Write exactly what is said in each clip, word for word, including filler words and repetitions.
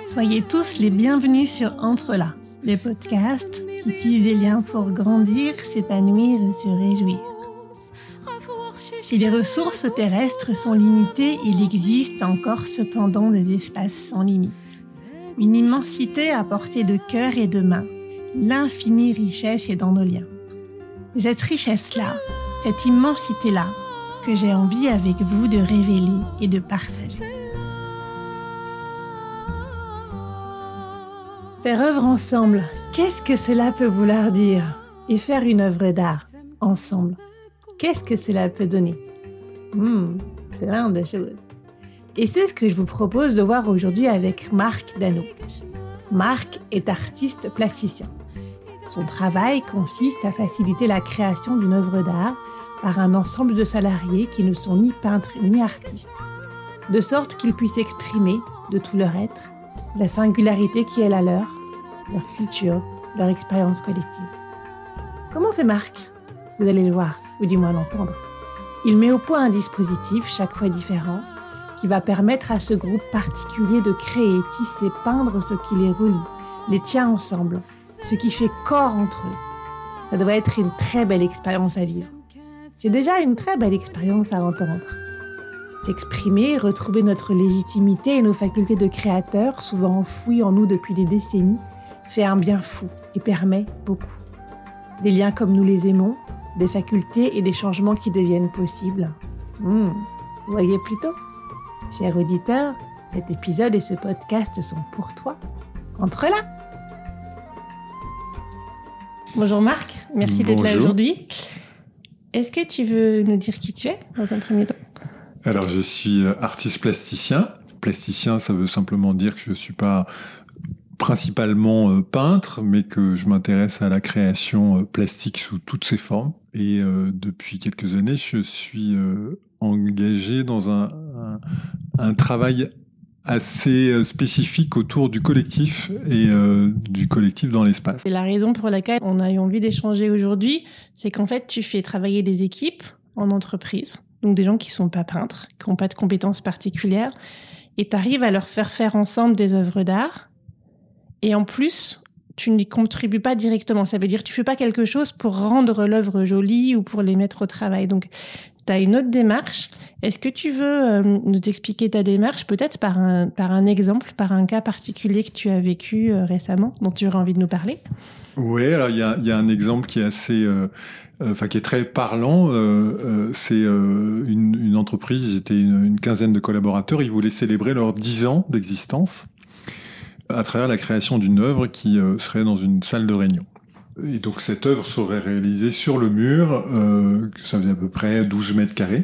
Soyez tous les bienvenus sur Entre là, le podcast qui tisse des liens pour grandir, s'épanouir et se réjouir. Si les ressources terrestres sont limitées, il existe encore cependant des espaces sans limite. Une immensité à portée de cœur et de main. L'infinie richesse est dans nos liens. Et cette richesse-là, cette immensité-là, que j'ai envie avec vous de révéler et de partager. Faire œuvre ensemble, qu'est-ce que cela peut vouloir dire ? Et faire une œuvre d'art ensemble, qu'est-ce que cela peut donner ? Hmm, plein de choses. Et c'est ce que je vous propose de voir aujourd'hui avec Marc Dano. Marc est artiste plasticien. Son travail consiste à faciliter la création d'une œuvre d'art par un ensemble de salariés qui ne sont ni peintres ni artistes, de sorte qu'ils puissent exprimer, de tout leur être, la singularité qui est la leur, leur culture, leur expérience collective. Comment fait Marc ? Vous allez le voir, ou du moins l'entendre. Il met au point un dispositif, chaque fois différent, qui va permettre à ce groupe particulier de créer, tisser, peindre ce qui les relie, les tient ensemble, ce qui fait corps entre eux. Ça doit être une très belle expérience à vivre. C'est déjà une très belle expérience à entendre. S'exprimer, retrouver notre légitimité et nos facultés de créateur, souvent enfouies en nous depuis des décennies, fait un bien fou et permet beaucoup. Des liens comme nous les aimons, des facultés et des changements qui deviennent possibles. Mmh, vous voyez plutôt ? Cher auditeur, cet épisode et ce podcast sont pour toi. Entre là ! Bonjour Marc, merci Bonjour. d'être là aujourd'hui. Est-ce que tu veux nous dire qui tu es dans un premier temps ? Alors, je suis artiste plasticien. Plasticien, ça veut simplement dire que je ne suis pas principalement peintre, mais que je m'intéresse à la création plastique sous toutes ses formes. Et euh, depuis quelques années, je suis euh, engagé dans un, un, un travail assez spécifique autour du collectif et euh, du collectif dans l'espace. Et la raison pour laquelle on a eu envie d'échanger aujourd'hui, c'est qu'en fait, tu fais travailler des équipes en entreprise, donc des gens qui ne sont pas peintres, qui n'ont pas de compétences particulières, et tu arrives à leur faire faire ensemble des œuvres d'art. Et en plus, tu n'y contribues pas directement. Ça veut dire que tu ne fais pas quelque chose pour rendre l'œuvre jolie ou pour les mettre au travail. Donc, tu as une autre démarche. Est-ce que tu veux euh, nous expliquer ta démarche, peut-être par un, par un exemple, par un cas particulier que tu as vécu euh, récemment, dont tu aurais envie de nous parler ? Oui, alors il y a, y a un exemple qui est assez... Euh, Enfin, qui est très parlant, euh, euh, c'est euh, une, une entreprise, ils étaient une, une quinzaine de collaborateurs, ils voulaient célébrer leurs dix ans d'existence à travers la création d'une œuvre qui euh, serait dans une salle de réunion. Et donc cette œuvre serait réalisée sur le mur, euh, ça faisait à peu près douze mètres carrés.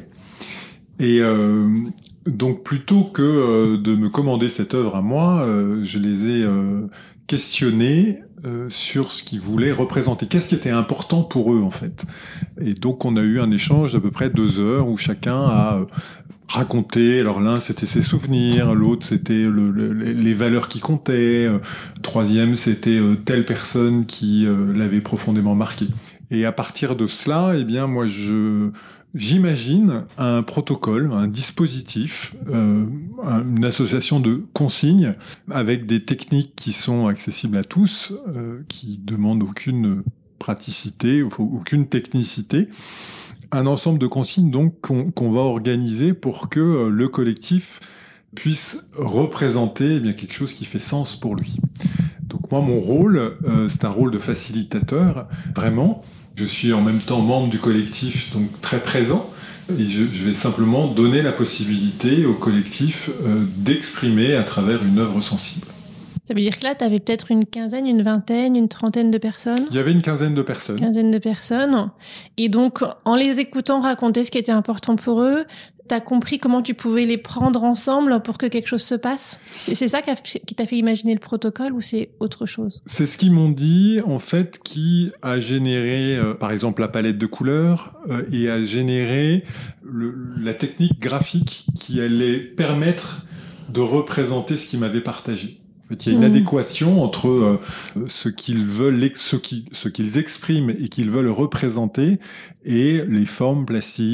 Et euh, donc plutôt que euh, de me commander cette œuvre à moi, euh, je les ai euh, questionnés Euh, sur ce qu'ils voulaient représenter, qu'est-ce qui était important pour eux en fait. Et donc on a eu un échange d'à peu près deux heures où chacun a euh, raconté, alors l'un c'était ses souvenirs, l'autre c'était le, le, les valeurs qui comptaient, euh, troisième c'était euh, telle personne qui euh, l'avait profondément marqué. Et à partir de cela, eh bien moi je j'imagine un protocole, un dispositif, euh, une association de consignes avec des techniques qui sont accessibles à tous, euh, qui demandent aucune praticité, aucune technicité. Un ensemble de consignes donc qu'on, qu'on va organiser pour que le collectif puisse représenter eh bien, quelque chose qui fait sens pour lui. Donc moi, mon rôle, euh, c'est un rôle de facilitateur, vraiment. Je suis en même temps membre du collectif, donc très présent, et je, je vais simplement donner la possibilité au collectif euh, d'exprimer à travers une œuvre sensible. Ça veut dire que là, tu avais peut-être une quinzaine, une vingtaine, une trentaine de personnes ? Il y avait une quinzaine de personnes. Une quinzaine de personnes. Et donc, en les écoutant raconter ce qui était important pour eux, tu as compris comment tu pouvais les prendre ensemble pour que quelque chose se passe ? C'est, c'est ça qui, a, qui t'a fait imaginer le protocole ou c'est autre chose ? C'est ce qu'ils m'ont dit, en fait, qui a généré, euh, par exemple, la palette de couleurs euh, et a généré le, la technique graphique qui allait permettre de représenter ce qu'ils m'avaient partagé. En fait, il y a une mmh. adéquation entre euh, ce qu'ils veulent, ce, qui, ce qu'ils expriment et qu'ils veulent représenter et les formes plastiques,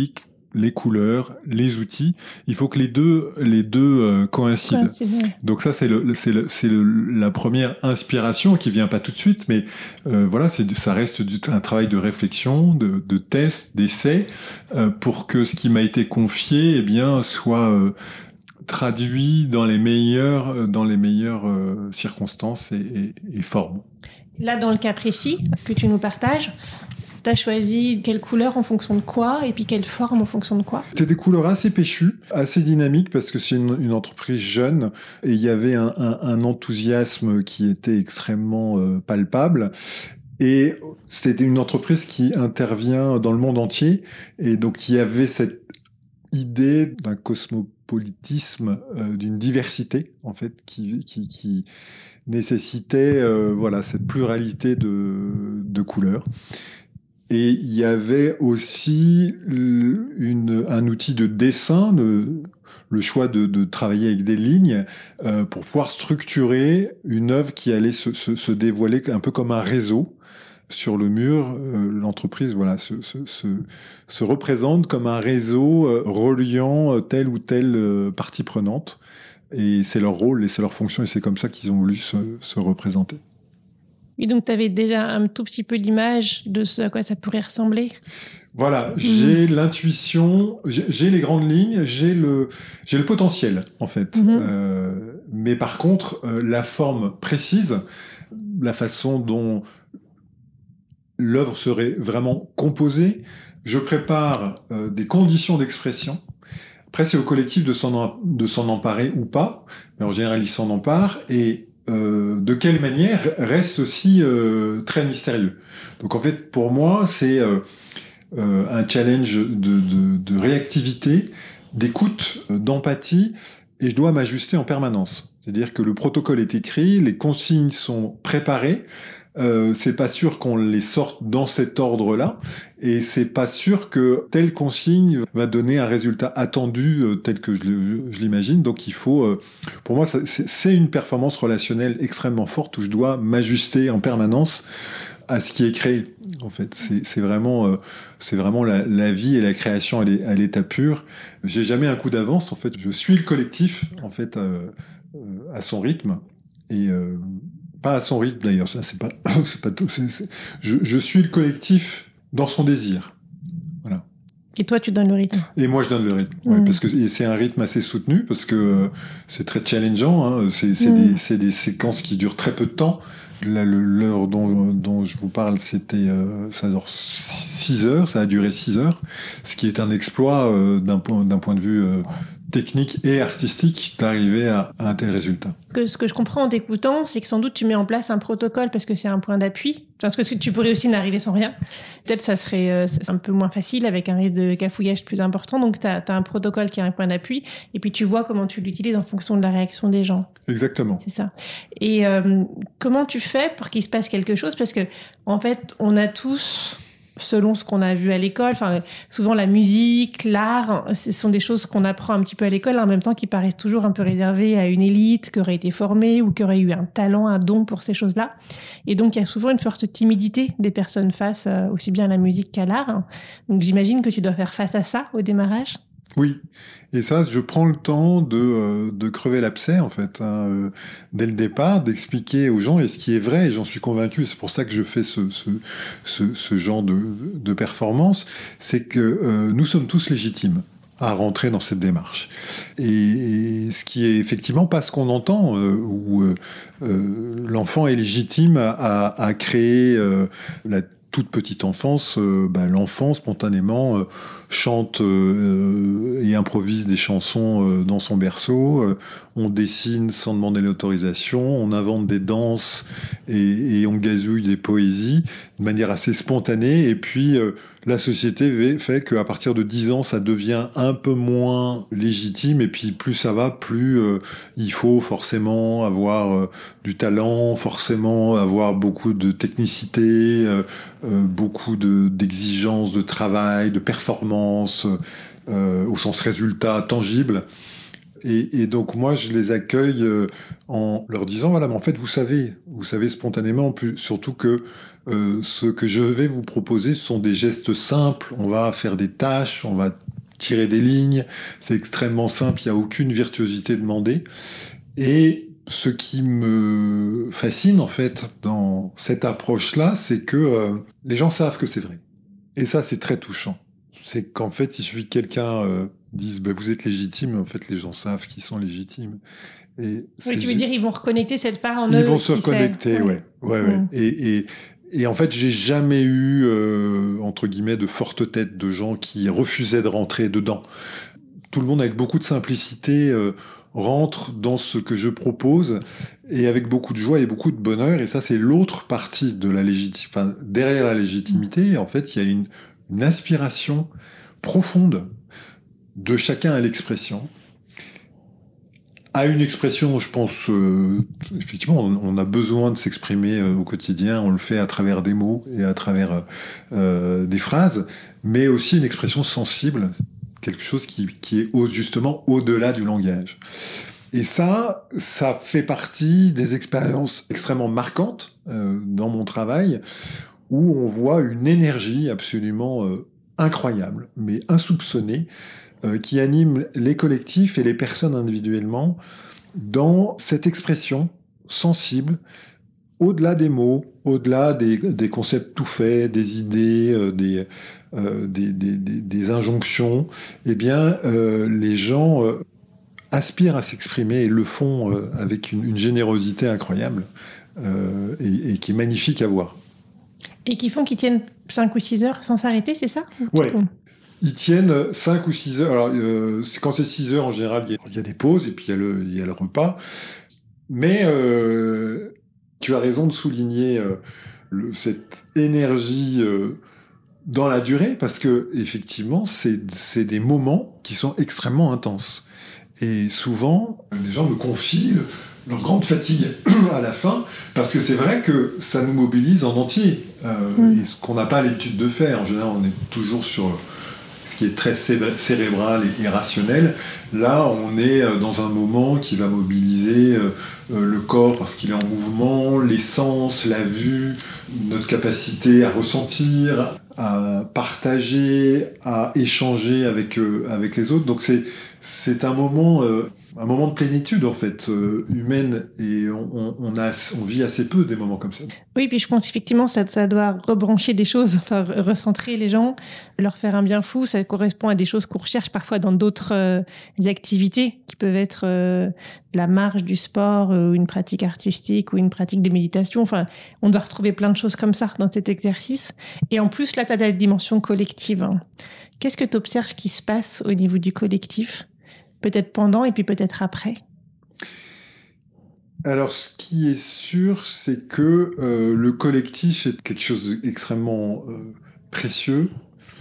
les couleurs, les outils. Il faut que les deux, les deux euh, coïncident. Coïncident. Donc ça, c'est, le, c'est, le, c'est le, la première inspiration qui vient pas tout de suite, mais euh, voilà, c'est, ça reste du, un travail de réflexion, de, de test, d'essai, euh, pour que ce qui m'a été confié, eh bien, soit euh, traduit dans les meilleures, dans les meilleures euh, circonstances et, et, et formes. Là, dans le cas précis que tu nous partages, tu as choisi quelle couleur en fonction de quoi et puis quelle forme en fonction de quoi? C'était des couleurs assez péchues, assez dynamiques parce que c'est une, une entreprise jeune et il y avait un, un, un enthousiasme qui était extrêmement euh, palpable. Et c'était une entreprise qui intervient dans le monde entier et donc il y avait cette idée d'un cosmopolitisme, euh, d'une diversité en fait qui, qui, qui nécessitait euh, voilà, cette pluralité de, de couleurs. Et il y avait aussi une, un outil de dessin, de, le choix de, de travailler avec des lignes euh, pour pouvoir structurer une œuvre qui allait se, se, se dévoiler un peu comme un réseau. Sur le mur, euh, l'entreprise voilà, se, se, se, se représente comme un réseau euh, reliant telle ou telle euh, partie prenante. Et c'est leur rôle et c'est leur fonction et c'est comme ça qu'ils ont voulu se, se représenter. Et donc, tu avais déjà un tout petit peu l'image de ce à quoi ça pourrait ressembler? Voilà, j'ai mmh. l'intuition, j'ai, j'ai les grandes lignes, j'ai le, j'ai le potentiel, en fait. Mmh. Euh, mais par contre, euh, la forme précise, la façon dont l'œuvre serait vraiment composée, je prépare euh, des conditions d'expression. Après, c'est au collectif de s'en, en, de s'en emparer ou pas, mais en général, ils s'en emparent, et Euh, de quelle manière reste aussi euh, très mystérieux. Donc en fait, pour moi, c'est euh, euh, un challenge de, de, de réactivité, d'écoute, euh, d'empathie, et je dois m'ajuster en permanence. C'est-à-dire que le protocole est écrit, les consignes sont préparées, euh, c'est pas sûr qu'on les sorte dans cet ordre-là, et c'est pas sûr que telle consigne va donner un résultat attendu euh, tel que je, le, je l'imagine. Donc il faut, euh, pour moi, ça, c'est, c'est une performance relationnelle extrêmement forte où je dois m'ajuster en permanence à ce qui est créé. En fait, c'est, c'est vraiment, euh, c'est vraiment la, la vie et la création à, l'é, à l'état pur. J'ai jamais un coup d'avance. En fait, je suis le collectif en fait euh, euh, à son rythme et euh, pas à son rythme d'ailleurs, ça c'est pas, c'est pas tout. C'est, c'est... Je, je suis le collectif dans son désir. Voilà. Et toi, tu donnes le rythme. Et moi, je donne le rythme, mmh. ouais, parce que et c'est un rythme assez soutenu, parce que euh, c'est très challengeant. Hein, c'est, c'est, mmh. des, c'est des séquences qui durent très peu de temps. Là, le, l'heure dont, dont je vous parle, c'était, euh, ça dure six heures, ça a duré six heures, ce qui est un exploit euh, d'un point, d'un point de vue euh, technique et artistique d'arriver à, à un tel résultat. Que, ce que je comprends en t'écoutant, c'est que sans doute tu mets en place un protocole parce que c'est un point d'appui. Parce que tu pourrais aussi n'arriver sans rien. Peut-être ça serait euh, c'est un peu moins facile avec un risque de cafouillage plus important. Donc tu as un protocole qui a un point d'appui et puis tu vois comment tu l'utilises en fonction de la réaction des gens. Exactement. C'est ça. Et euh, comment tu fais pour qu'il se passe quelque chose? Parce que en fait, on a tous... selon ce qu'on a vu à l'école, enfin, souvent la musique, l'art, ce sont des choses qu'on apprend un petit peu à l'école, en même temps qui paraissent toujours un peu réservées à une élite qui aurait été formée ou qui aurait eu un talent, un don pour ces choses-là. Et donc, il y a souvent une forte timidité des personnes face euh, aussi bien à la musique qu'à l'art. Donc, j'imagine que tu dois faire face à ça au démarrage. Oui, et ça, je prends le temps de, euh, de crever l'abcès, en fait, hein, euh, dès le départ, d'expliquer aux gens, et ce qui est vrai, et j'en suis convaincu, c'est pour ça que je fais ce, ce, ce, ce genre de, de performance, c'est que euh, nous sommes tous légitimes à rentrer dans cette démarche. Et, et ce qui est effectivement pas ce qu'on entend, euh, où euh, euh, l'enfant est légitime à, à, à créer euh, la toute petite enfance, euh, bah, l'enfant spontanément euh, chante euh, et improvise des chansons euh, dans son berceau, euh, on dessine sans demander l'autorisation, on invente des danses et, et on gazouille des poésies de manière assez spontanée, et puis euh, la société fait qu'à partir de dix ans ça devient un peu moins légitime, et puis plus ça va, plus euh, il faut forcément avoir euh, du talent, forcément avoir beaucoup de technicité, euh, euh, beaucoup de, d'exigences de travail, de performance, euh, au sens résultat tangible. Et, et donc moi je les accueille euh, en leur disant voilà, mais en fait vous savez, vous savez spontanément, plus, surtout que euh, ce que je vais vous proposer ce sont des gestes simples, on va faire des tâches, on va tirer des lignes, c'est extrêmement simple, il n'y a aucune virtuosité demandée. Et ce qui me fascine, en fait, dans cette approche-là, c'est que euh, les gens savent que c'est vrai. Et ça, c'est très touchant. C'est qu'en fait, il suffit que quelqu'un euh, dise bah, « vous êtes légitime », en fait, les gens savent qu'ils sont légitimes. Et oui, tu veux dire, ils vont reconnecter cette part en eux. Ils vont se reconnecter, sait. ouais. ouais, ouais. Mmh. Et, et, et en fait, j'ai jamais eu, euh, entre guillemets, de fortes têtes de gens qui refusaient de rentrer dedans. Tout le monde, avec beaucoup de simplicité, euh, rentre dans ce que je propose, et avec beaucoup de joie et beaucoup de bonheur. Et ça, c'est l'autre partie de la légitimité. Enfin, derrière la légitimité, en fait, il y a une, une aspiration profonde de chacun à l'expression. À une expression, je pense, euh, effectivement, on, on a besoin de s'exprimer euh, au quotidien, on le fait à travers des mots et à travers euh, des phrases, mais aussi une expression sensible, quelque chose qui, qui est au, justement au-delà du langage. Et ça, ça fait partie des expériences extrêmement marquantes euh, dans mon travail, où on voit une énergie absolument euh, incroyable, mais insoupçonnée, Euh, qui anime les collectifs et les personnes individuellement dans cette expression sensible, au-delà des mots, au-delà des, des concepts tout faits, des idées, euh, des, euh, des, des, des, des injonctions. Eh bien, euh, les gens euh, aspirent à s'exprimer et le font euh, avec une, une générosité incroyable euh, et, et qui est magnifique à voir. Et qui font qu'ils tiennent cinq ou six heures sans s'arrêter, c'est ça ? Ouais. Ils tiennent cinq ou six heures. Alors, euh, quand c'est six heures, en général, il y, y a des pauses et puis il y a le, il y a le repas. Mais euh, tu as raison de souligner euh, le, cette énergie euh, dans la durée, parce que effectivement, c'est, c'est des moments qui sont extrêmement intenses. Et souvent, les gens me confient leur grande fatigue à la fin, parce que c'est vrai que ça nous mobilise en entier. Euh, mmh. Et ce qu'on n'a pas l'habitude de faire. En général, on est toujours sur ce qui est très cérébral et rationnel. Là, on est dans un moment qui va mobiliser le corps parce qu'il est en mouvement, les sens, la vue, notre capacité à ressentir, à partager, à échanger avec, avec les autres. Donc c'est, c'est un moment... un moment de plénitude, en fait, euh, humaine, et on, on, a, on vit assez peu des moments comme ça. Oui, puis je pense effectivement ça, ça doit rebrancher des choses, enfin recentrer les gens, leur faire un bien fou. Ça correspond à des choses qu'on recherche parfois dans d'autres euh, activités qui peuvent être euh, de la marche, du sport, euh, une pratique artistique ou une pratique de méditation. Enfin, on doit retrouver plein de choses comme ça dans cet exercice. Et en plus, là, tu as la dimension collective. Hein. Qu'est-ce que tu observes qui se passe au niveau du collectif ? Peut-être pendant et puis peut-être après. Alors, ce qui est sûr, c'est que euh, le collectif est quelque chose d'extrêmement euh, précieux.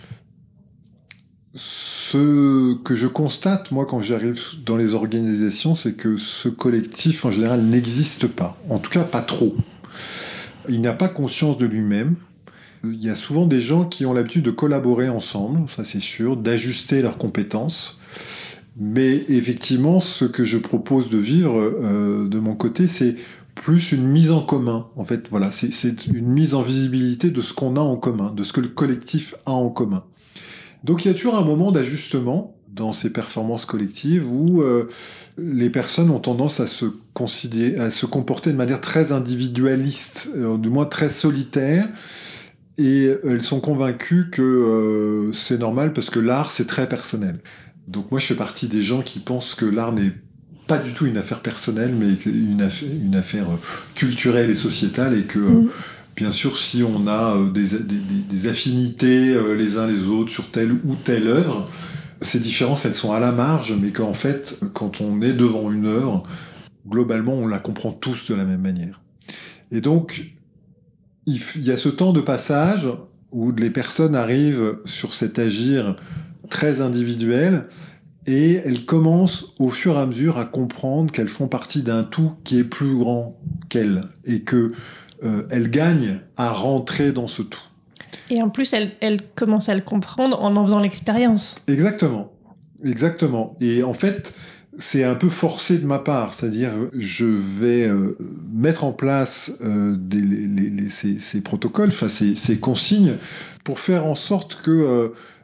Ce que je constate, moi, quand j'arrive dans les organisations, c'est que ce collectif, en général, n'existe pas. En tout cas, pas trop. Il n'a pas conscience de lui-même. Il y a souvent des gens qui ont l'habitude de collaborer ensemble, ça c'est sûr, d'ajuster leurs compétences. Mais effectivement, ce que je propose de vivre euh, de mon côté, c'est plus une mise en commun. En fait, voilà, c'est, c'est une mise en visibilité de ce qu'on a en commun, de ce que le collectif a en commun. Donc, il y a toujours un moment d'ajustement dans ces performances collectives où euh, les personnes ont tendance à se considérer, à se comporter de manière très individualiste, euh, du moins très solitaire. Et elles sont convaincues que euh, c'est normal parce que l'art, c'est très personnel. Donc moi, je fais partie des gens qui pensent que l'art n'est pas du tout une affaire personnelle, mais une affaire, une affaire culturelle et sociétale, et que, mmh. bien sûr, si on a des, des, des affinités les uns les autres sur telle ou telle œuvre, ces différences, elles sont à la marge, mais qu'en fait, quand on est devant une œuvre, globalement, on la comprend tous de la même manière. Et donc, il y a ce temps de passage où les personnes arrivent sur cet agir très individuelles, et elles commencent au fur et à mesure à comprendre qu'elles font partie d'un tout qui est plus grand qu'elles, et qu'elles euh, gagnent à rentrer dans ce tout. Et en plus, elles, elles commencent à le comprendre en en faisant l'expérience. Exactement, exactement. Et en fait, c'est un peu forcé de ma part, c'est-à-dire je vais euh, mettre en place euh, des, les, les, ces, ces protocoles, enfin ces, ces consignes, pour faire en sorte que euh,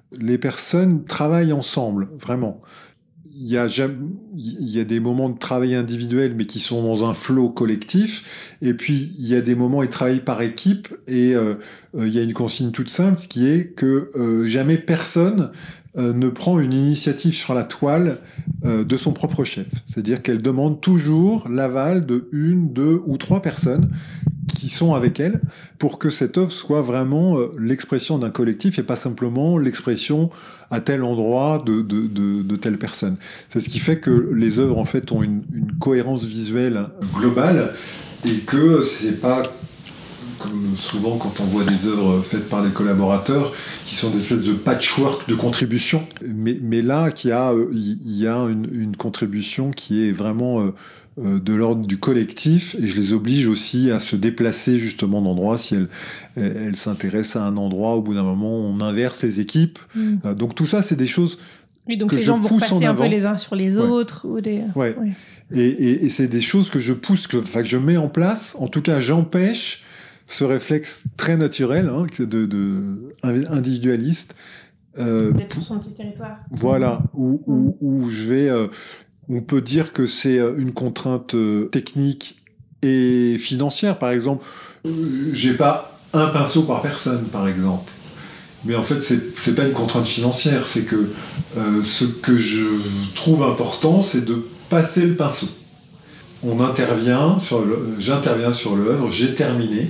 les personnes travaillent ensemble, vraiment. Il y a jamais, il y a des moments de travail individuel, mais qui sont dans un flow collectif. Et puis, il y a des moments où ils travaillent par équipe. Et euh, euh, il y a une consigne toute simple, qui est que euh, jamais personne euh, ne prend une initiative sur la toile euh, de son propre chef. C'est-à-dire qu'elle demande toujours l'aval de une, deux ou trois personnes qui sont avec elle pour que cette œuvre soit vraiment euh, l'expression d'un collectif et pas simplement l'expression à tel endroit de, de, de, de telle personne. C'est ce qui fait que les œuvres en fait ont une, une cohérence visuelle globale et que c'est pas comme souvent quand on voit des œuvres faites par les collaborateurs qui sont des espèces de patchwork de contributions, mais, mais là il y a, il y a une, une contribution qui est vraiment euh, de l'ordre du collectif, et je les oblige aussi à se déplacer justement d'endroit. Si elles, elles s'intéressent à un endroit, au bout d'un moment on inverse les équipes. Mmh. Donc tout ça c'est des choses oui, donc que les je gens vont pousse en repasser un avant. peu les uns sur les autres. Ouais. Ou des... ouais. Ouais. Et, et, et c'est des choses que je pousse, que, enfin, que je mets en place. En tout cas j'empêche ce réflexe très naturel hein, de, de individualiste euh, d'être sur son petit territoire. Voilà, où, où, où je vais euh, on peut dire que c'est une contrainte euh, technique et financière. Par exemple, euh, j'ai pas un pinceau par personne, par exemple. Mais en fait, c'est, c'est pas une contrainte financière. C'est que euh, ce que je trouve important, c'est de passer le pinceau. On intervient sur le, j'interviens sur l'œuvre, j'ai terminé,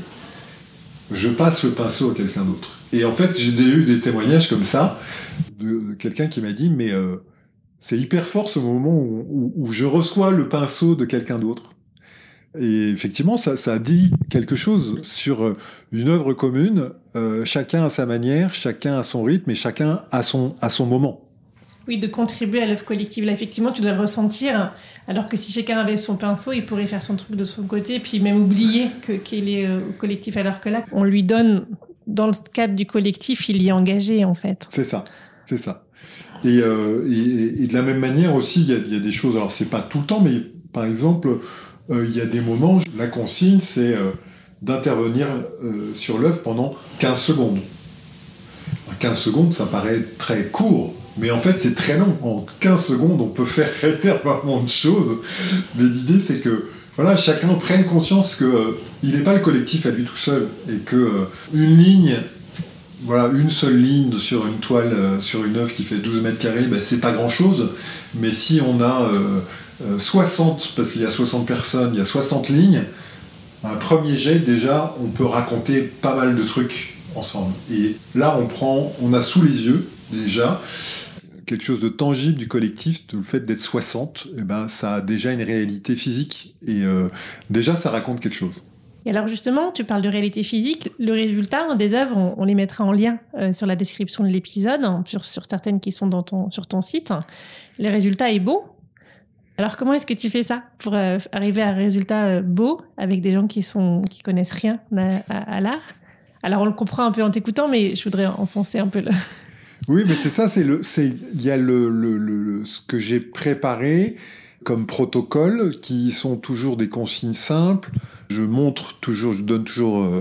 je passe le pinceau à quelqu'un d'autre. Et en fait, j'ai eu des témoignages comme ça de quelqu'un qui m'a dit, mais euh, c'est hyper fort ce moment où, où, où je reçois le pinceau de quelqu'un d'autre. Et effectivement, ça, ça dit quelque chose sur une œuvre commune. Euh, chacun à sa manière, chacun à son rythme et chacun à son, à son moment. Oui, de contribuer à l'œuvre collective. Là, effectivement, tu dois le ressentir. Alors que si chacun avait son pinceau, il pourrait faire son truc de son côté, puis même oublier que, qu'il est au collectif. Alors que là, on lui donne, dans le cadre du collectif, il y est engagé, en fait. C'est ça, c'est ça. Et, euh, et, et de la même manière aussi, il y a, il y a des choses, alors c'est pas tout le temps, mais par exemple, euh, il y a des moments, la consigne, c'est euh, d'intervenir euh, sur l'œuvre pendant quinze secondes. quinze secondes, ça paraît très court, mais en fait, c'est très long. En quinze secondes, on peut faire énormément de choses, mais l'idée, c'est que voilà, chacun prenne conscience qu'il euh, n'est pas le collectif à lui tout seul, et que euh, une ligne... Voilà, une seule ligne sur une toile, euh, sur une œuvre qui fait douze mètres carrés, ben, c'est pas grand-chose. Mais si on a euh, euh, soixante, parce qu'il y a soixante personnes, il y a soixante lignes, un premier jet, déjà, on peut raconter pas mal de trucs ensemble. Et là, on prend, on a sous les yeux, déjà, quelque chose de tangible du collectif. Le fait d'être soixante, eh ben, ça a déjà une réalité physique. Et euh, déjà, ça raconte quelque chose. Et alors justement, tu parles de réalité physique. Le résultat des œuvres, on, on les mettra en lien euh, sur la description de l'épisode, hein, sur, sur certaines qui sont dans ton, sur ton site. Le résultat est beau. Alors comment est-ce que tu fais ça pour euh, arriver à un résultat euh, beau avec des gens qui sont qui connaissent rien à, à, à l'art? Alors on le comprend un peu en t'écoutant, mais je voudrais enfoncer un peu le... Oui, mais c'est ça, c'est le, c'est, il y a le, le, le, le, ce que j'ai préparé comme protocole, qui sont toujours des consignes simples. Je montre toujours, je donne toujours, euh,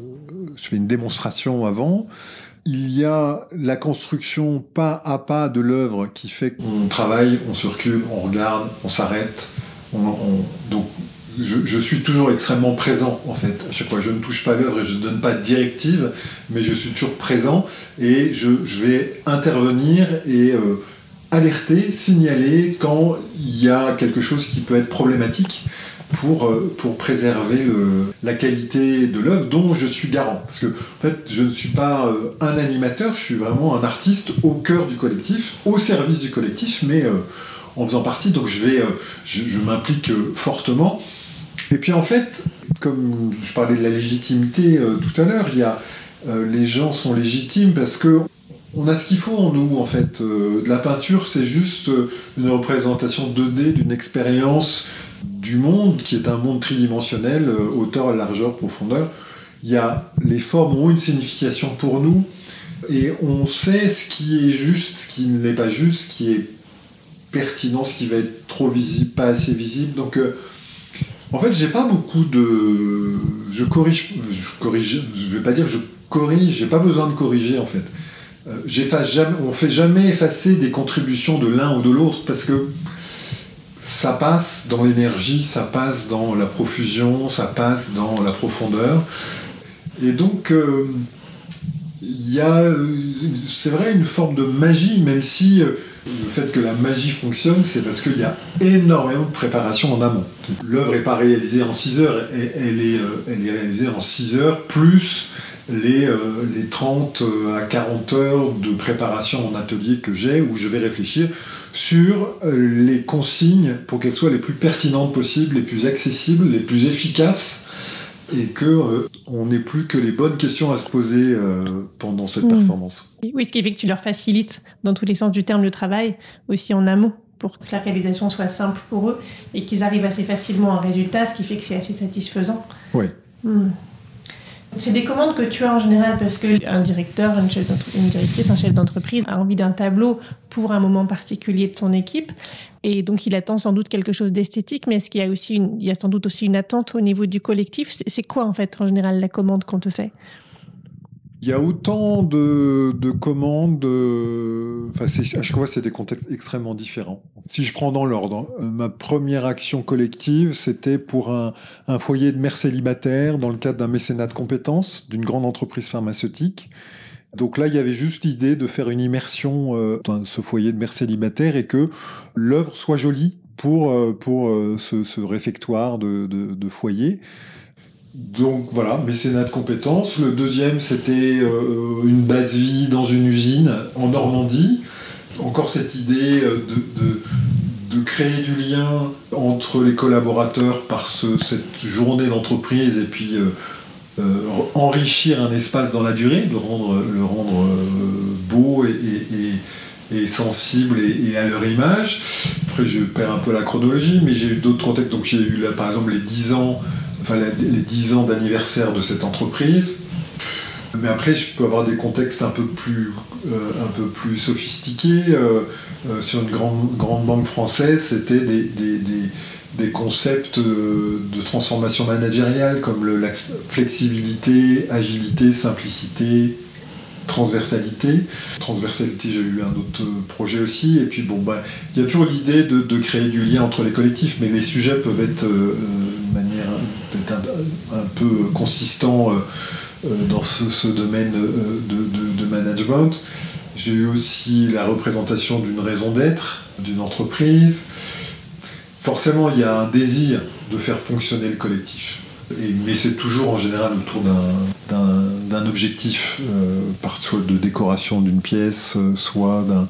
je fais une démonstration avant. Il y a la construction pas à pas de l'œuvre qui fait qu'on travaille, on se recule, on regarde, on s'arrête. On, on, donc, je, je suis toujours extrêmement présent, en fait. À chaque fois, je ne touche pas l'œuvre et je ne donne pas de directive, mais je suis toujours présent et je, je vais intervenir et euh, alerter, signaler quand il y a quelque chose qui peut être problématique pour, pour préserver le, la qualité de l'œuvre dont je suis garant. Parce que, en fait, je ne suis pas euh, un animateur, je suis vraiment un artiste au cœur du collectif, au service du collectif, mais euh, en faisant partie, donc je, vais, euh, je, je m'implique euh, fortement. Et puis en fait, comme je parlais de la légitimité euh, tout à l'heure, il y a, euh, les gens sont légitimes parce que on a ce qu'il faut en nous, en fait. Euh, de la peinture, c'est juste une représentation deux D d'une expérience du monde, qui est un monde tridimensionnel, euh, hauteur, largeur, profondeur. Il y a, les formes ont une signification pour nous, et on sait ce qui est juste, ce qui ne l'est pas juste, ce qui est pertinent, ce qui va être trop visible, pas assez visible. Donc, euh, en fait, j'ai pas beaucoup de... Je corrige... Je corrige... Je vais pas dire je corrige, j'ai pas besoin de corriger, en fait. euh, j'efface jamais, on ne fait jamais effacer des contributions de l'un ou de l'autre, parce que ça passe dans l'énergie, ça passe dans la profusion, ça passe dans la profondeur. Et donc, euh, il y a, c'est vrai, une forme de magie, même si euh, le fait que la magie fonctionne, c'est parce qu'il y a énormément de préparation en amont. L'œuvre n'est pas réalisée en six heures, elle, elle, est, euh, elle est réalisée en six heures, plus les, euh, les trente à quarante heures de préparation en atelier que j'ai, où je vais réfléchir sur les consignes pour qu'elles soient les plus pertinentes possibles, les plus accessibles, les plus efficaces, et qu'on euh, n'ait plus que les bonnes questions à se poser euh, pendant cette mmh. performance. Oui, ce qui fait que tu leur facilites, dans tous les sens du terme, le travail, aussi en amont, pour que la réalisation soit simple pour eux, et qu'ils arrivent assez facilement à un résultat, ce qui fait que c'est assez satisfaisant. Oui. Mmh. C'est des commandes que tu as en général parce qu'un directeur, une, chef une directrice, un chef d'entreprise a envie d'un tableau pour un moment particulier de son équipe. Et donc, il attend sans doute quelque chose d'esthétique, mais est-ce qu'il y a aussi une, il y a sans doute aussi une attente au niveau du collectif? C'est, c'est quoi, en fait, en général, la commande qu'on te fait? Il y a autant de, de commandes, euh, enfin, c'est, à chaque fois, c'est des contextes extrêmement différents. Si je prends dans l'ordre, euh, ma première action collective, c'était pour un, un foyer de mères célibataires dans le cadre d'un mécénat de compétences d'une grande entreprise pharmaceutique. Donc là, il y avait juste l'idée de faire une immersion euh, dans ce foyer de mères célibataires et que l'œuvre soit jolie pour, euh, pour euh, ce, ce réfectoire de, de, de foyer. Donc voilà, mécénat de compétences. Le deuxième, c'était euh, une base vie dans une usine en Normandie. Encore cette idée de, de, de créer du lien entre les collaborateurs par ce, cette journée d'entreprise et puis euh, euh, enrichir un espace dans la durée, le rendre, le rendre euh, beau et, et, et, et sensible et, et à leur image. Après, je perds un peu la chronologie, mais j'ai eu d'autres contextes. Donc j'ai eu là, par exemple les dix ans Enfin, les dix ans d'anniversaire de cette entreprise. Mais après, je peux avoir des contextes un peu plus, euh, un peu plus sophistiqués. Euh, euh, sur une grande, grande banque française, c'était des, des, des, des concepts de transformation managériale comme le, la flexibilité, agilité, simplicité, transversalité. Transversalité, j'ai eu un autre projet aussi. Et puis, bon, bah, il y a toujours l'idée de, de créer du lien entre les collectifs, mais les sujets peuvent être euh, de manière peut-être un, un peu consistant euh, dans ce, ce domaine euh, de, de, de management. J'ai eu aussi la représentation d'une raison d'être, d'une entreprise. Forcément, il y a un désir de faire fonctionner le collectif. Et, mais c'est toujours en général autour d'un, d'un, d'un objectif, euh, par soit de décoration d'une pièce, soit d'un,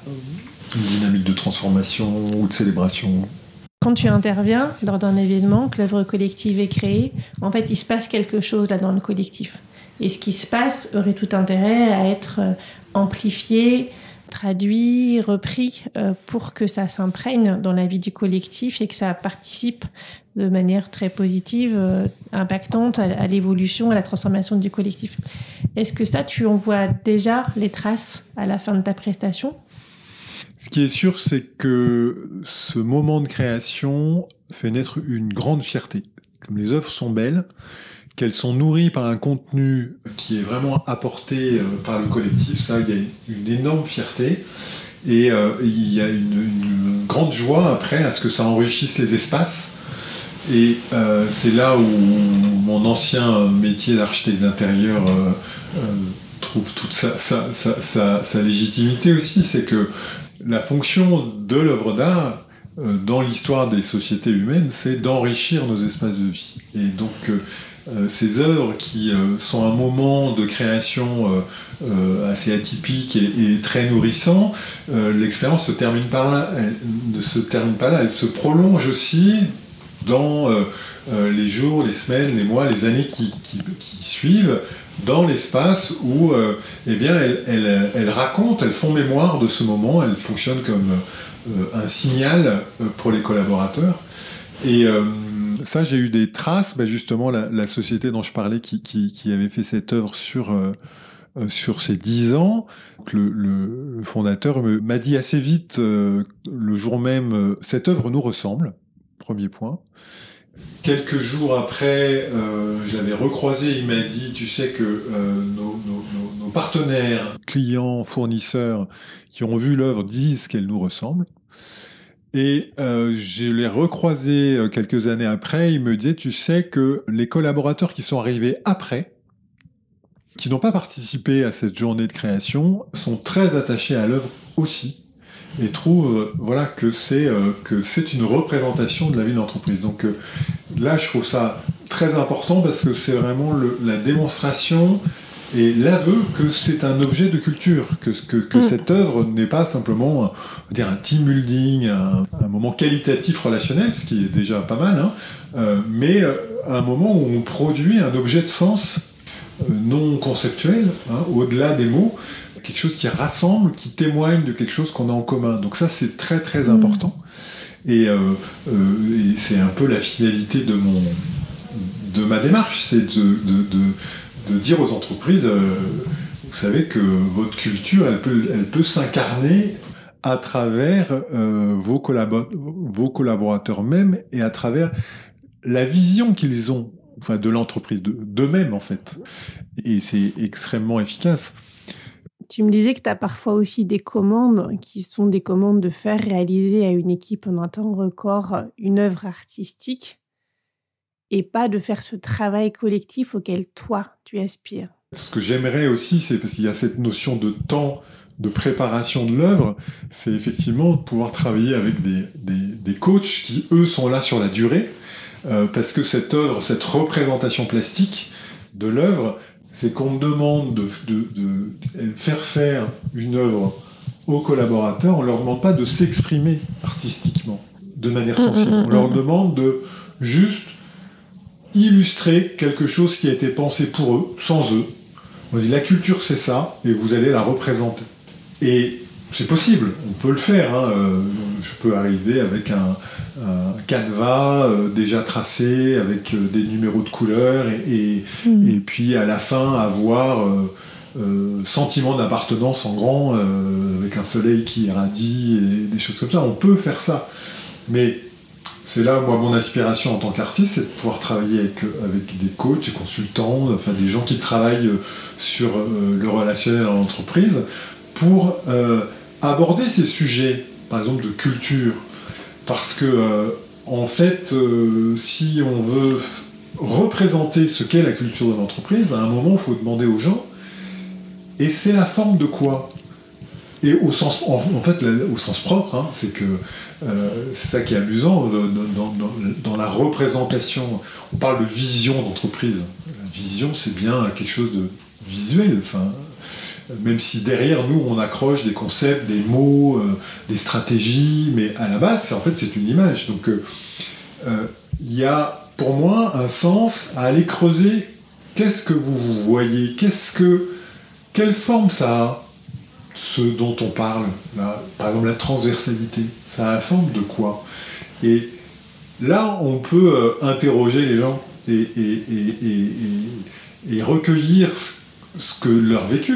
d'une dynamique de transformation ou de célébration. Quand tu interviens lors d'un événement, que l'œuvre collective est créée, en fait, il se passe quelque chose là dans le collectif. Et ce qui se passe aurait tout intérêt à être amplifié, traduit, repris euh, pour que ça s'imprègne dans la vie du collectif et que ça participe de manière très positive, euh, impactante à, à l'évolution, à la transformation du collectif. Est-ce que ça, tu en vois déjà les traces à la fin de ta prestation ? Ce qui est sûr, c'est que ce moment de création fait naître une grande fierté. Comme les œuvres sont belles, qu'elles sont nourries par un contenu qui est vraiment apporté euh, par le collectif, ça, il y a une énorme fierté. Et euh, il y a une, une grande joie après à ce que ça enrichisse les espaces. Et euh, c'est là où mon ancien métier d'architecte d'intérieur euh, euh, trouve toute sa, sa, sa, sa, sa légitimité aussi. C'est que la fonction de l'œuvre d'art euh, dans l'histoire des sociétés humaines, c'est d'enrichir nos espaces de vie. Et donc euh, euh, ces œuvres qui euh, sont un moment de création euh, euh, assez atypique et, et très nourrissant, euh, l'expérience se termine par là. Elle ne se termine pas là, elle se prolonge aussi dans euh, euh, les jours, les semaines, les mois, les années qui, qui, qui suivent, dans l'espace où euh, eh bien, elles, elles, elles racontent, elles font mémoire de ce moment, elles fonctionnent comme euh, un signal euh, pour les collaborateurs. Et euh, ça, j'ai eu des traces, bah justement, la, la société dont je parlais qui, qui, qui avait fait cette œuvre sur... Euh, Euh, sur ces dix ans, le, le, le fondateur me, m'a dit assez vite, euh, le jour même, euh, cette œuvre nous ressemble, premier point. Quelques jours après, euh, je l'avais recroisé, il m'a dit, tu sais que euh, nos, nos, nos, nos partenaires, clients, fournisseurs qui ont vu l'œuvre disent qu'elle nous ressemble. Et euh, je l'ai recroisé quelques années après, il me disait, tu sais que les collaborateurs qui sont arrivés après, qui n'ont pas participé à cette journée de création, sont très attachés à l'œuvre aussi, et trouvent euh, voilà, que, c'est, euh, que c'est une représentation de la vie d'entreprise. Donc euh, là, je trouve ça très important parce que c'est vraiment le, la démonstration et l'aveu que c'est un objet de culture, que, que, que mmh. cette œuvre n'est pas simplement on va dire, un team building, un, un moment qualitatif relationnel, ce qui est déjà pas mal, hein, euh, mais euh, un moment où on produit un objet de sens euh, non conceptuel, hein, au-delà des mots, quelque chose qui rassemble, qui témoigne de quelque chose qu'on a en commun. Donc ça, c'est très très mmh. important. Et, euh, euh, et c'est un peu la finalité de, mon, de ma démarche, c'est de... de, de de dire aux entreprises, euh, vous savez que votre culture, elle peut, elle peut s'incarner à travers euh, vos, collabo- vos collaborateurs même et à travers la vision qu'ils ont, enfin de l'entreprise, de, d'eux-mêmes en fait. Et c'est extrêmement efficace. Tu me disais que tu as parfois aussi des commandes qui sont des commandes de faire réaliser à une équipe en un temps record une œuvre artistique. Et pas de faire ce travail collectif auquel toi, tu aspires. Ce que j'aimerais aussi, c'est parce qu'il y a cette notion de temps de préparation de l'œuvre, c'est effectivement de pouvoir travailler avec des, des, des coachs qui, eux, sont là sur la durée, euh, parce que cette œuvre, cette représentation plastique de l'œuvre, c'est qu'on me demande de, de, de faire faire une œuvre aux collaborateurs, on ne leur demande pas de s'exprimer artistiquement, de manière sensible. On leur demande de juste illustrer quelque chose qui a été pensé pour eux, sans eux. On dit la culture c'est ça, et vous allez la représenter. Et c'est possible, on peut le faire. Hein. Euh, je peux arriver avec un, un canevas euh, déjà tracé, avec euh, des numéros de couleurs, et, et, mmh. et puis à la fin avoir euh, euh, sentiment d'appartenance en grand, euh, avec un soleil qui irradie, et des choses comme ça. On peut faire ça. Mais c'est là, moi, mon aspiration en tant qu'artiste, c'est de pouvoir travailler avec, avec des coachs, des consultants, enfin des gens qui travaillent sur euh, le relationnel en entreprise, pour euh, aborder ces sujets, par exemple de culture. Parce que, euh, en fait, euh, si on veut représenter ce qu'est la culture de l'entreprise, à un moment, il faut demander aux gens, et c'est la forme de quoi ? Et au sens, en, en fait, au sens propre, hein, c'est que euh, c'est ça qui est amusant dans, dans, dans la représentation. On parle de vision d'entreprise. La vision, c'est bien quelque chose de visuel. Enfin, même si derrière nous, on accroche des concepts, des mots, euh, des stratégies, mais à la base, c'est, en fait, c'est une image. Donc, il euh, y a, pour moi, un sens à aller creuser. Qu'est-ce que vous voyez ? Qu'est-ce que, quelle forme ça a ? Ce dont on parle, là, par exemple la transversalité, ça a la forme de quoi ? Et là, on peut euh, interroger les gens et, et, et, et, et recueillir ce, ce que leur vécu.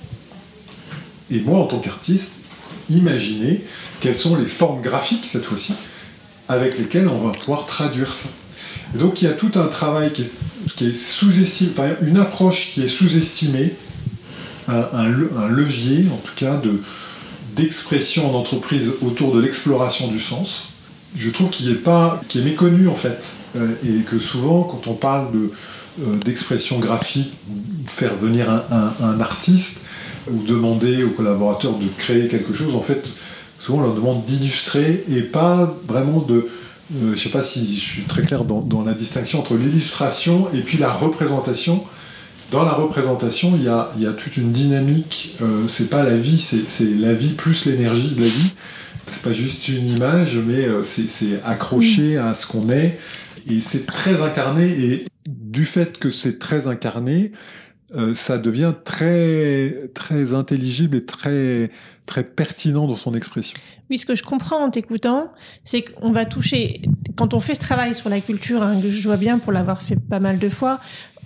Et moi, en tant qu'artiste, imaginer quelles sont les formes graphiques, cette fois-ci, avec lesquelles on va pouvoir traduire ça. Et donc, il y a tout un travail qui est, qui est sous-estimé, enfin, une approche qui est sous-estimée, Un, un, un levier, en tout cas, de, d'expression en entreprise autour de l'exploration du sens. Je trouve qu'il est, pas, qu'il est méconnu, en fait. Euh, et que souvent, quand on parle de, euh, d'expression graphique, faire venir un, un, un artiste, ou demander aux collaborateurs de créer quelque chose, en fait, souvent on leur demande d'illustrer, et pas vraiment de... Euh, je ne sais pas si je suis très clair dans, dans la distinction entre l'illustration et puis la représentation. Dans la représentation, il y a, il y a toute une dynamique. Euh, c'est pas la vie, c'est, c'est la vie plus l'énergie de la vie. C'est pas juste une image, mais euh, c'est, c'est accroché à ce qu'on est. Et c'est très incarné. Et du fait que c'est très incarné, euh, ça devient très, très intelligible et très, très pertinent dans son expression. Oui, ce que je comprends en t'écoutant, c'est qu'on va toucher... Quand on fait ce travail sur la culture, hein, que je vois bien pour l'avoir fait pas mal de fois,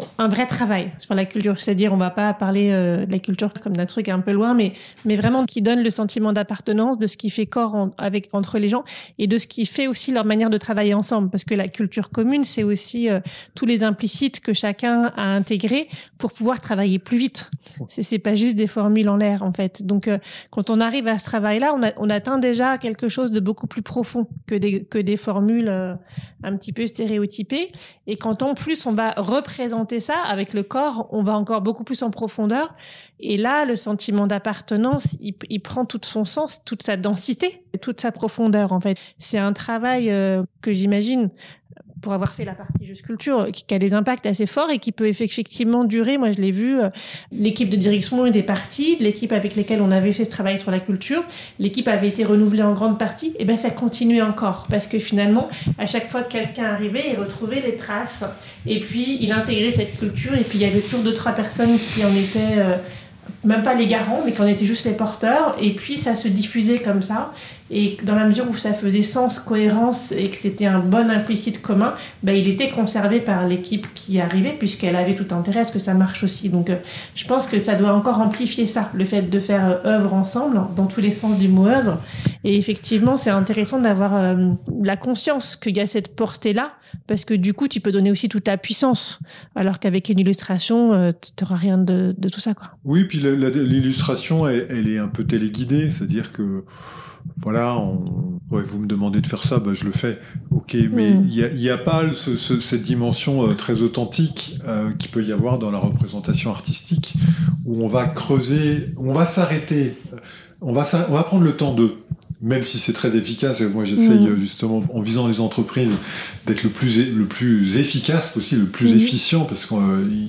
un vrai travail sur la culture. C'est-à-dire, on va pas parler euh, de la culture comme d'un truc un peu loin, mais, mais vraiment qui donne le sentiment d'appartenance, de ce qui fait corps en, avec, entre les gens et de ce qui fait aussi leur manière de travailler ensemble. Parce que la culture commune, c'est aussi euh, tous les implicites que chacun a intégrés pour pouvoir travailler plus vite. C'est, c'est pas juste des formules en l'air, en fait. Donc, euh, quand on arrive à ce travail-là, on, a, on atteint déjà quelque chose de beaucoup plus profond que des, que des formules euh, un petit peu stéréotypées. Et quand en plus, on va représenter ça avec le corps, on va encore beaucoup plus en profondeur. Et là, le sentiment d'appartenance, il, il prend tout son sens, toute sa densité, toute sa profondeur, en fait. C'est un travail euh, que j'imagine, pour avoir fait la partie jeu sculpture, qui a des impacts assez forts et qui peut effectivement durer. Moi, je l'ai vu, euh, l'équipe de direction était partie, de l'équipe avec laquelle on avait fait ce travail sur la culture, l'équipe avait été renouvelée en grande partie, et ben ça continuait encore, parce que finalement, à chaque fois que quelqu'un arrivait, il retrouvait les traces, et puis il intégrait cette culture, et puis il y avait toujours deux, trois personnes qui en étaient... Euh, même pas les garants, mais qu'on était juste les porteurs, et puis ça se diffusait comme ça, et dans la mesure où ça faisait sens, cohérence, et que c'était un bon implicite commun, ben, il était conservé par l'équipe qui arrivait, puisqu'elle avait tout intérêt à ce que ça marche aussi. Donc euh, je pense que ça doit encore amplifier ça, le fait de faire euh, œuvre ensemble, dans tous les sens du mot œuvre, et effectivement c'est intéressant d'avoir euh, la conscience qu'il y a cette portée-là, parce que du coup tu peux donner aussi toute ta puissance, alors qu'avec une illustration, euh, tu n'auras rien de, de tout ça, quoi. Oui, puis la, la, l'illustration, elle, elle est un peu téléguidée, c'est-à-dire que, voilà, on, ouais, vous me demandez de faire ça, bah, je le fais, ok, mais il mmh. n'y a, a pas ce, ce, cette dimension euh, très authentique euh, qu'il peut y avoir dans la représentation artistique, où on va creuser, on va s'arrêter, on va, on va prendre le temps de, même si c'est très efficace, moi j'essaye mmh. justement, en visant les entreprises, d'être le plus, le plus efficace possible, le plus mmh. efficient, parce qu'on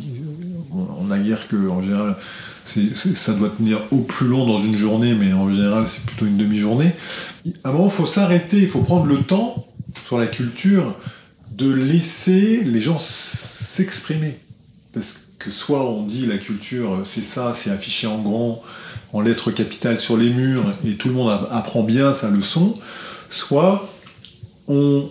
on a guère que, en général, c'est, c'est, ça doit tenir au plus long dans une journée, mais en général c'est plutôt une demi-journée. À un moment, il faut s'arrêter, il faut prendre le temps, sur la culture, de laisser les gens s'exprimer. Parce que soit on dit la culture, c'est ça, c'est affiché en grand, en lettres capitales sur les murs, et tout le monde apprend bien sa leçon, soit on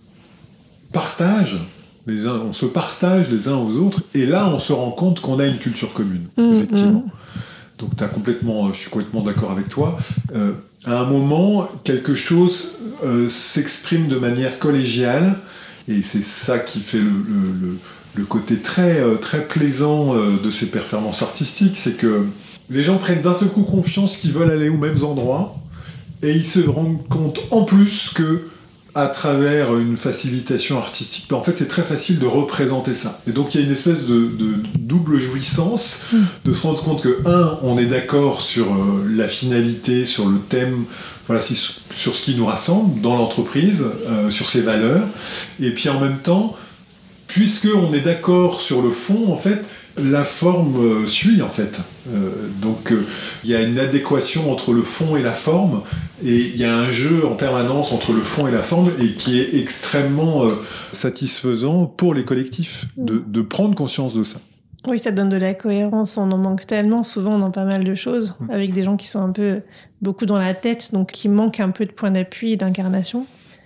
partage, les uns, on se partage les uns aux autres, et là on se rend compte qu'on a une culture commune, mmh, effectivement. Mmh. Donc t'as complètement, je suis complètement d'accord avec toi. Euh, à un moment, quelque chose euh, s'exprime de manière collégiale, et c'est ça qui fait le, le, le, le côté très, euh, très plaisant euh, de ces performances artistiques, c'est que les gens prennent d'un seul coup confiance qu'ils veulent aller aux mêmes endroits, et ils se rendent compte en plus que à travers une facilitation artistique, en fait c'est très facile de représenter ça. Et donc il y a une espèce de, de double jouissance, mmh. de se rendre compte que, un, on est d'accord sur euh, la finalité, sur le thème, voilà, si, sur ce qui nous rassemble dans l'entreprise, euh, sur ses valeurs, et puis en même temps, puisqu'on est d'accord sur le fond, en fait, la forme euh, suit, en fait. Euh, donc il euh, y a une adéquation entre le fond et la forme, et il y a un jeu en permanence entre le fond et la forme, et qui est extrêmement euh, satisfaisant pour les collectifs, de, de prendre conscience de ça. Oui, ça donne de la cohérence, on en manque tellement souvent dans pas mal de choses, mmh. avec des gens qui sont un peu, beaucoup dans la tête, donc qui manquent un peu de point d'appui et d'incarnation.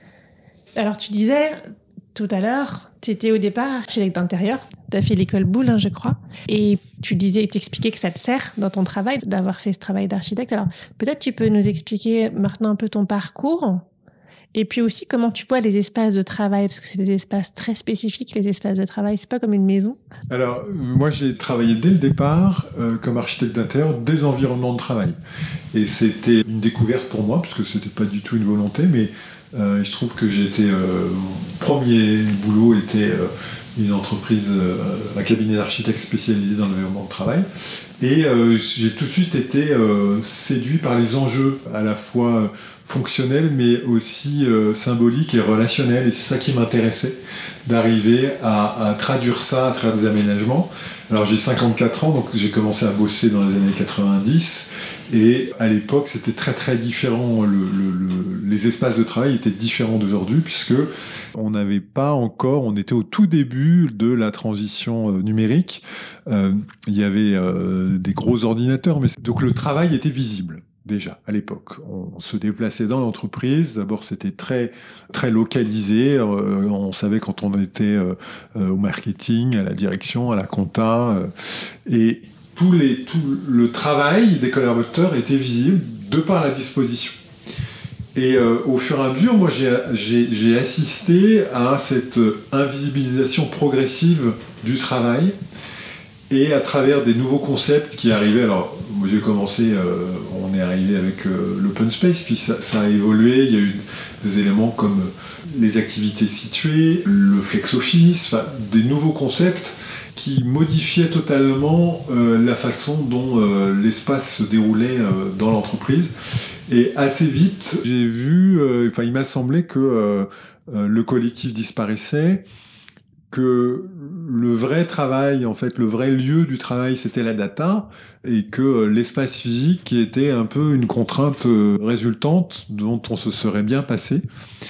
Alors tu disais tout à l'heure, tu étais au départ architecte d'intérieur, tu as fait l'école Boulle, hein, je crois, et tu disais, tu expliquais que ça te sert dans ton travail d'avoir fait ce travail d'architecte. Alors peut-être tu peux nous expliquer maintenant un peu ton parcours, et puis aussi comment tu vois les espaces de travail, parce que c'est des espaces très spécifiques, les espaces de travail, c'est pas comme une maison. Alors moi j'ai travaillé dès le départ euh, comme architecte d'intérieur des environnements de travail, et c'était une découverte pour moi, parce que c'était pas du tout une volonté, mais Euh, il se trouve que j'étais, euh, mon premier boulot était euh, une entreprise, euh, un cabinet d'architectes spécialisé dans l'environnement de travail, et euh, j'ai tout de suite été euh, séduit par les enjeux à la fois fonctionnels mais aussi euh, symboliques et relationnels, et c'est ça qui m'intéressait, d'arriver à, à traduire ça à travers des aménagements. Alors j'ai cinquante-quatre ans, donc j'ai commencé à bosser dans les années quatre-vingt-dix, et à l'époque c'était très très différent, le, le, le, les espaces de travail étaient différents d'aujourd'hui, puisque on n'avait pas encore, on était au tout début de la transition euh, numérique, euh, il y avait euh, des gros ordinateurs, mais donc le travail était visible. déjà à l'époque. On se déplaçait dans l'entreprise. D'abord, c'était très très localisé. Euh, on savait quand on était euh, au marketing, à la direction, à la compta, euh, et tous les, tout le travail des collaborateurs était visible de par la disposition. Et euh, au fur et à mesure, moi, j'ai, j'ai, j'ai assisté à cette invisibilisation progressive du travail et à travers des nouveaux concepts qui arrivaient. Alors, moi, j'ai commencé, euh, on est arrivé avec euh, l'open space, puis ça, ça a évolué. Il y a eu des éléments comme les activités situées, le flex office, enfin, des nouveaux concepts qui modifiaient totalement euh, la façon dont euh, l'espace se déroulait euh, dans l'entreprise. Et assez vite, j'ai vu, euh, enfin, il m'a semblé que euh, euh, le collectif disparaissait, que le vrai travail, en fait, le vrai lieu du travail, c'était la data, et que euh, l'espace physique était un peu une contrainte euh, résultante dont on se serait bien passé.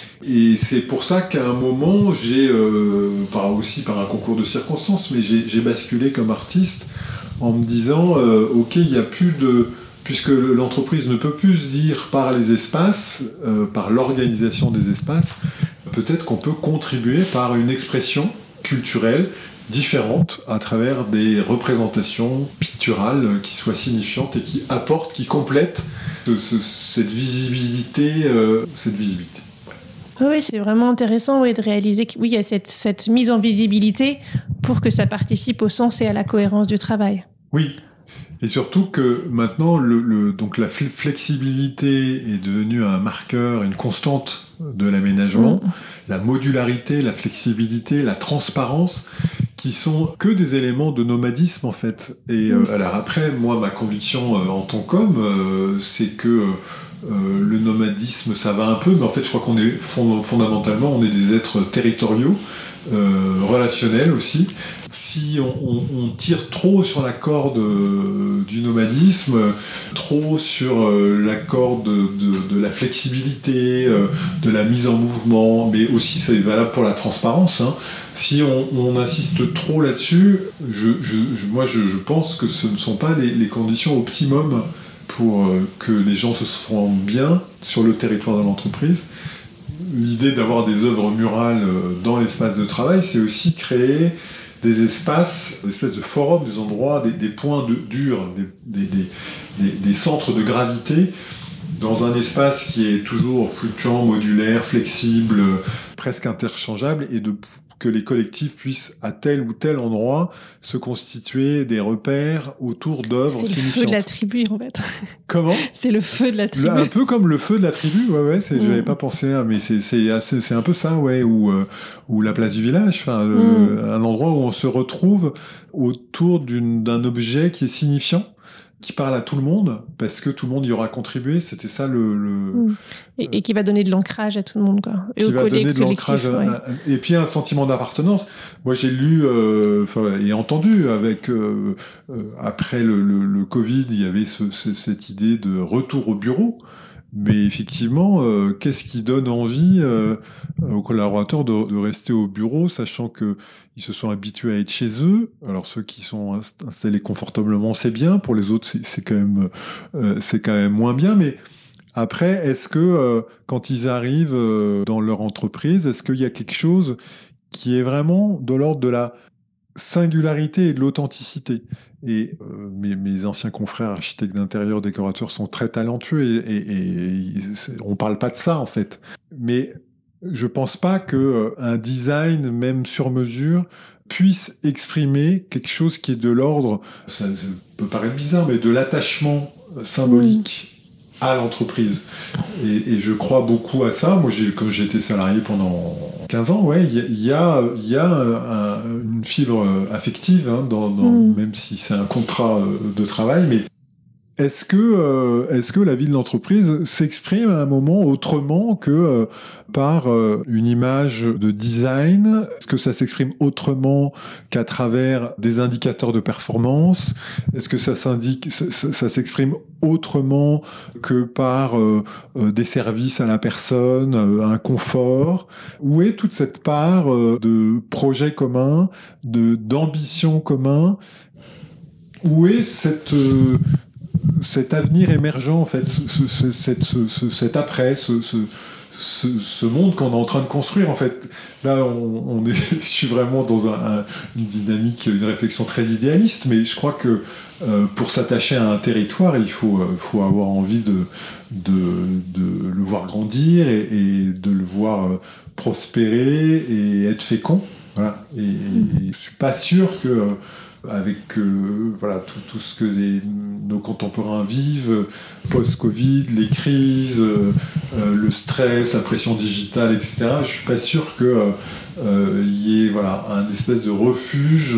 Et c'est pour ça qu'à un moment, j'ai, euh, par, aussi par un concours de circonstances, mais j'ai, j'ai basculé comme artiste en me disant, euh, ok, il n'y a plus de... Puisque l'entreprise ne peut plus se dire par les espaces, euh, par l'organisation des espaces, peut-être qu'on peut contribuer par une expression culturelle différente à travers des représentations picturales qui soient signifiantes et qui apportent, qui complètent ce, ce, cette visibilité, euh, cette visibilité. Oui, c'est vraiment intéressant oui, de réaliser qu'il oui, y a cette, cette mise en visibilité pour que ça participe au sens et à la cohérence du travail. Oui, et surtout que maintenant, le, le, donc la flexibilité est devenue un marqueur, une constante de l'aménagement, mmh. La modularité, la flexibilité, la transparence, qui sont que des éléments de nomadisme en fait. Et mmh. euh, alors après, moi, ma conviction euh, en tant qu'homme, euh, c'est que euh, Euh, le nomadisme, ça va un peu, mais en fait, je crois qu'on est fond- fondamentalement, on est des êtres territoriaux, euh, relationnels aussi. Si on, on, on tire trop sur la corde euh, du nomadisme, trop sur euh, la corde de, de, de la flexibilité, euh, de la mise en mouvement, mais aussi c'est valable pour la transparence. Hein. Si on, on insiste trop là-dessus, je, je, je, moi, je, je pense que ce ne sont pas les, les conditions optimum pour que les gens se sentent bien sur le territoire de l'entreprise. L'idée d'avoir des œuvres murales dans l'espace de travail, c'est aussi créer des espaces, des espèces de forums, des endroits, des, des points de, durs, des, des, des, des centres de gravité dans un espace qui est toujours fluctuant, modulaire, flexible, presque interchangeable, et de que les collectifs puissent, à tel ou tel endroit, se constituer des repères autour d'œuvres signifiantes. C'est le feu de la tribu, en fait. Comment ? C'est le feu de la tribu. Un peu comme le feu de la tribu, ouais, ouais, c'est, mmh. j'avais pas pensé, hein, mais c'est, c'est, assez, c'est un peu ça, ouais, ou, euh, ou la place du village, enfin, mmh. un endroit où on se retrouve autour d'une, d'un objet qui est signifiant, qui parle à tout le monde, parce que tout le monde y aura contribué, c'était ça le... le mmh. et, et qui va donner de l'ancrage à tout le monde, quoi. Et qui au va donner de l'ancrage, ouais. à, et puis un sentiment d'appartenance. Moi, j'ai lu euh, et entendu, avec euh, euh, après le, le, le Covid, il y avait ce, ce, cette idée de retour au bureau. Mais effectivement, euh, qu'est-ce qui donne envie euh, aux collaborateurs de, de rester au bureau, sachant que ils se sont habitués à être chez eux. Alors ceux qui sont installés confortablement, c'est bien. Pour les autres, c'est, c'est quand même, euh, c'est quand même moins bien. Mais après, est-ce que euh, quand ils arrivent euh, dans leur entreprise, est-ce qu'il y a quelque chose qui est vraiment de l'ordre de la singularité et de l'authenticité? Et euh, mes, mes anciens confrères architectes d'intérieur, décorateurs sont très talentueux et, et, et on parle pas de ça en fait. Mais je pense pas que euh, un design, même sur mesure, puisse exprimer quelque chose qui est de l'ordre, ça, ça peut paraître bizarre, mais de l'attachement symbolique. Mmh. à l'entreprise. Et, et je crois beaucoup à ça. Moi, j'ai, comme j'ai été salarié pendant quinze ans, ouais, il y, y a, y a un, un, une fibre affective, hein, dans, dans, mmh. même si c'est un contrat de travail, mais est-ce que, euh, est-ce que la vie de l'entreprise s'exprime à un moment autrement que euh, par euh, une image de design? Est-ce que ça s'exprime autrement qu'à travers des indicateurs de performance? Est-ce que ça, s'indique, ça, ça, ça s'exprime autrement que par euh, euh, des services à la personne, euh, un confort? Où est toute cette part euh, de projet commun, de, d'ambition commun? Où est cette... Euh, cet avenir émergent, en fait, ce, ce, cette, ce, ce, cet après, ce, ce, ce, ce monde qu'on est en train de construire, en fait. Là, on, on est, je suis vraiment dans un, un, une dynamique, une réflexion très idéaliste, mais je crois que euh, pour s'attacher à un territoire, il faut, euh, faut avoir envie de, de, de le voir grandir et, et de le voir euh, prospérer et être fécond. Voilà. Et, et je ne suis pas sûr que... Euh, avec euh, voilà, tout, tout ce que les, nos contemporains vivent, post-Covid, les crises, euh, euh, le stress, la pression digitale, et cetera. Je ne suis pas sûr qu'il euh, y ait voilà, un espèce de refuge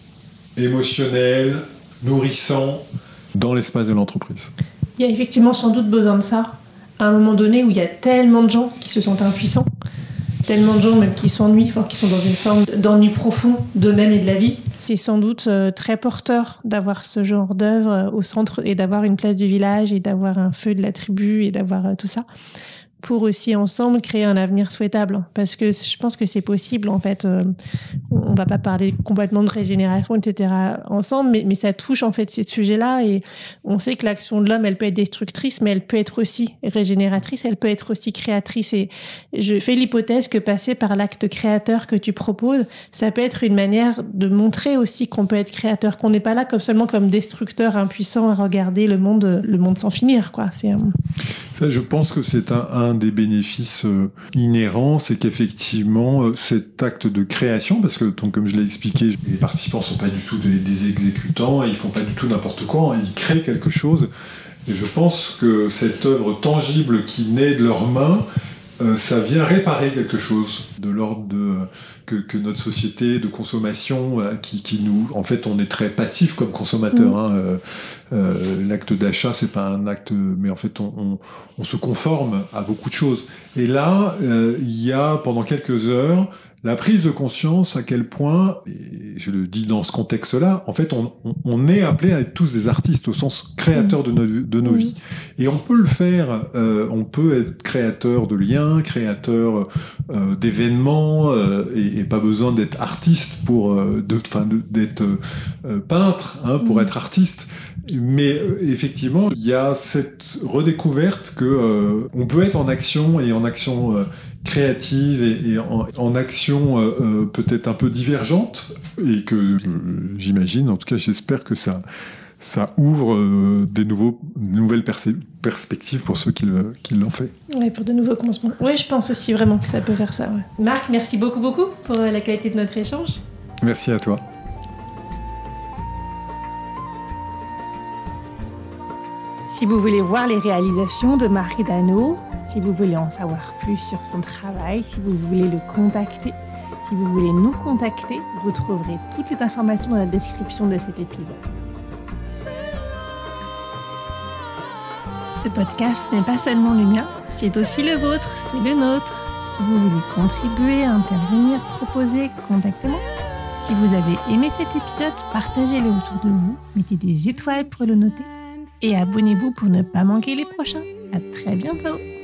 émotionnel, nourrissant, dans l'espace de l'entreprise. Il y a effectivement sans doute besoin de ça, à un moment donné où il y a tellement de gens qui se sentent impuissants, tellement de gens même qui s'ennuient, voire qui sont dans une forme d'ennui profond d'eux-mêmes et de la vie. C'est sans doute euh, très porteur d'avoir ce genre d'œuvre euh, au centre et d'avoir une place du village et d'avoir un feu de la tribu et d'avoir euh, tout ça pour aussi ensemble créer un avenir souhaitable. Parce que je pense que c'est possible, en fait. Euh, on va pas parler complètement de régénération, et cetera ensemble, mais, mais ça touche en fait ces sujets-là et on sait que l'action de l'homme, elle peut être destructrice, mais elle peut être aussi régénératrice, elle peut être aussi créatrice. Et je fais l'hypothèse que passer par l'acte créateur que tu proposes, ça peut être une manière de montrer aussi qu'on peut être créateur, qu'on n'est pas là comme seulement comme destructeur impuissant à regarder le monde, le monde sans finir, quoi. C'est un... Ça, je pense que c'est un, un des bénéfices euh, inhérents, c'est qu'effectivement, euh, cet acte de création, parce que donc, comme je l'ai expliqué, les participants ne sont pas du tout des, des exécutants, ils ne font pas du tout n'importe quoi, hein, ils créent quelque chose. Et je pense que cette œuvre tangible qui naît de leurs mains, euh, ça vient réparer quelque chose de l'ordre de... Euh, Que, que notre société de consommation euh, qui, qui nous... En fait, on est très passif comme consommateur. Mmh. Hein, euh, euh, l'acte d'achat, c'est pas un acte... Mais en fait, on, on, on se conforme à beaucoup de choses. Et là, euh, il y a, pendant quelques heures, la prise de conscience à quel point, et je le dis dans ce contexte-là, en fait, on, on, on est appelés à être tous des artistes au sens créateur de nos, de nos mmh. vies. Et on peut le faire, euh, on peut être créateur de liens, créateur euh, d'événements, euh, et, et pas besoin d'être artiste pour, euh, de, enfin, de, d'être euh, peintre hein, pour mmh. être artiste. Mais euh, effectivement, il y a cette redécouverte que euh, on peut être en action et en action euh, créative et, et en, en action euh, euh, peut-être un peu divergente et que euh, j'imagine, en tout cas j'espère que ça, ça ouvre euh, des, nouveaux, des nouvelles perce- perspectives pour ceux qui, le, qui l'ont fait. Oui, pour de nouveaux commencements. Oui, je pense aussi vraiment que ça peut faire ça. Ouais. Marc, merci beaucoup, beaucoup pour la qualité de notre échange. Merci à toi. Si vous voulez voir les réalisations de Marc Dano, si vous voulez en savoir plus sur son travail, si vous voulez le contacter, si vous voulez nous contacter, vous trouverez toutes les informations dans la description de cet épisode. Ce podcast n'est pas seulement le mien, c'est aussi le vôtre, c'est le nôtre. Si vous voulez contribuer, intervenir, proposer, contactez-moi. Si vous avez aimé cet épisode, partagez-le autour de vous, mettez des étoiles pour le noter et abonnez-vous pour ne pas manquer les prochains. À très bientôt.